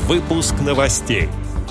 Выпуск новостей.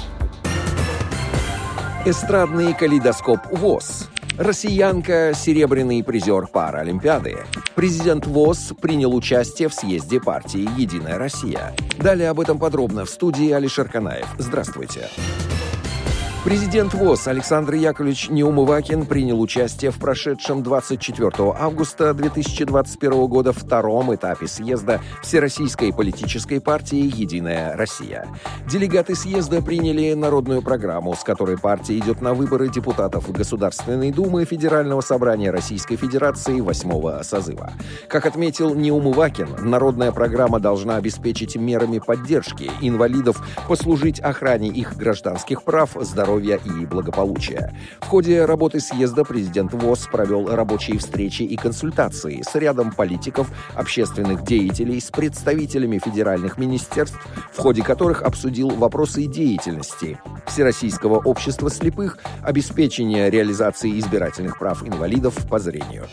Эстрадный калейдоскоп ВОС. Россиянка – серебряный призер Паралимпиады. Президент ВОС принял участие в съезде партии «Единая Россия». Далее об этом подробно в студии Алишер Канаев. Здравствуйте. Президент ВОС Александр Яковлевич Неумывакин принял участие в прошедшем 24 августа 2021 года втором этапе съезда Всероссийской политической партии «Единая Россия». Делегаты съезда приняли народную программу, с которой партия идет на выборы депутатов Государственной Думы Федерального собрания Российской Федерации 8-го созыва. Как отметил Неумывакин, народная программа должна обеспечить мерами поддержки инвалидов, послужить охране их гражданских прав, здоровья и благополучия. В ходе работы съезда президент ВОС провел рабочие встречи и консультации с рядом политиков, общественных деятелей, с представителями федеральных министерств, в ходе которых обсудил вопросы деятельности Всероссийского общества слепых, обеспечения реализации избирательных прав инвалидов по зрению.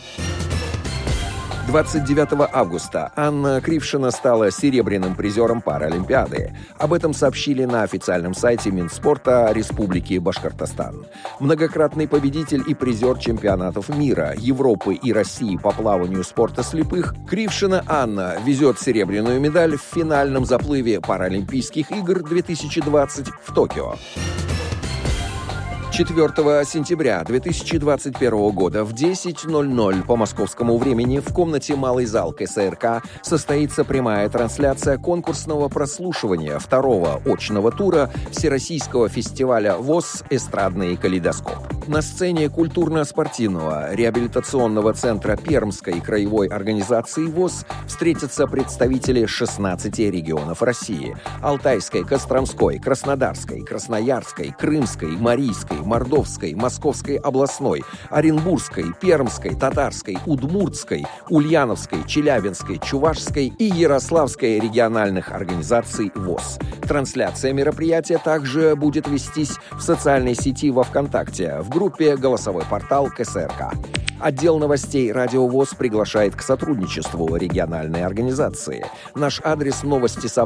29 августа Анна Крившина стала серебряным призером Паралимпиады. Об этом сообщили на официальном сайте Минспорта Республики Башкортостан. Многократный победитель и призер чемпионатов мира, Европы и России по плаванию спорта слепых, Крившина Анна везет серебряную медаль в финальном заплыве Паралимпийских игр 2020 в Токио. 4 сентября 2021 года в 10:00 по московскому времени в комнате «Малый зал» КСРК состоится прямая трансляция конкурсного прослушивания второго очного тура Всероссийского фестиваля ВОС «Эстрадный калейдоскоп». На сцене культурно-спортивного реабилитационного центра Пермской краевой организации ВОС встретятся представители 16 регионов России – Алтайской, Костромской, Краснодарской, Красноярской, Крымской, Марийской, Мордовской, Московской областной, Оренбургской, Пермской, Татарской, Удмуртской, Ульяновской, Челябинской, Чувашской и Ярославской региональных организаций ВОС. Трансляция мероприятия также будет вестись в социальной сети во ВКонтакте, в группе «Голосовой портал КСРК». Отдел новостей «Радио ВОС» приглашает к сотрудничеству региональной организации. Наш адрес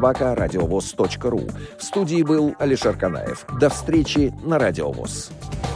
новости@радиовоз.ру. В студии был Алишер Канаев. До встречи на Радио ВОС.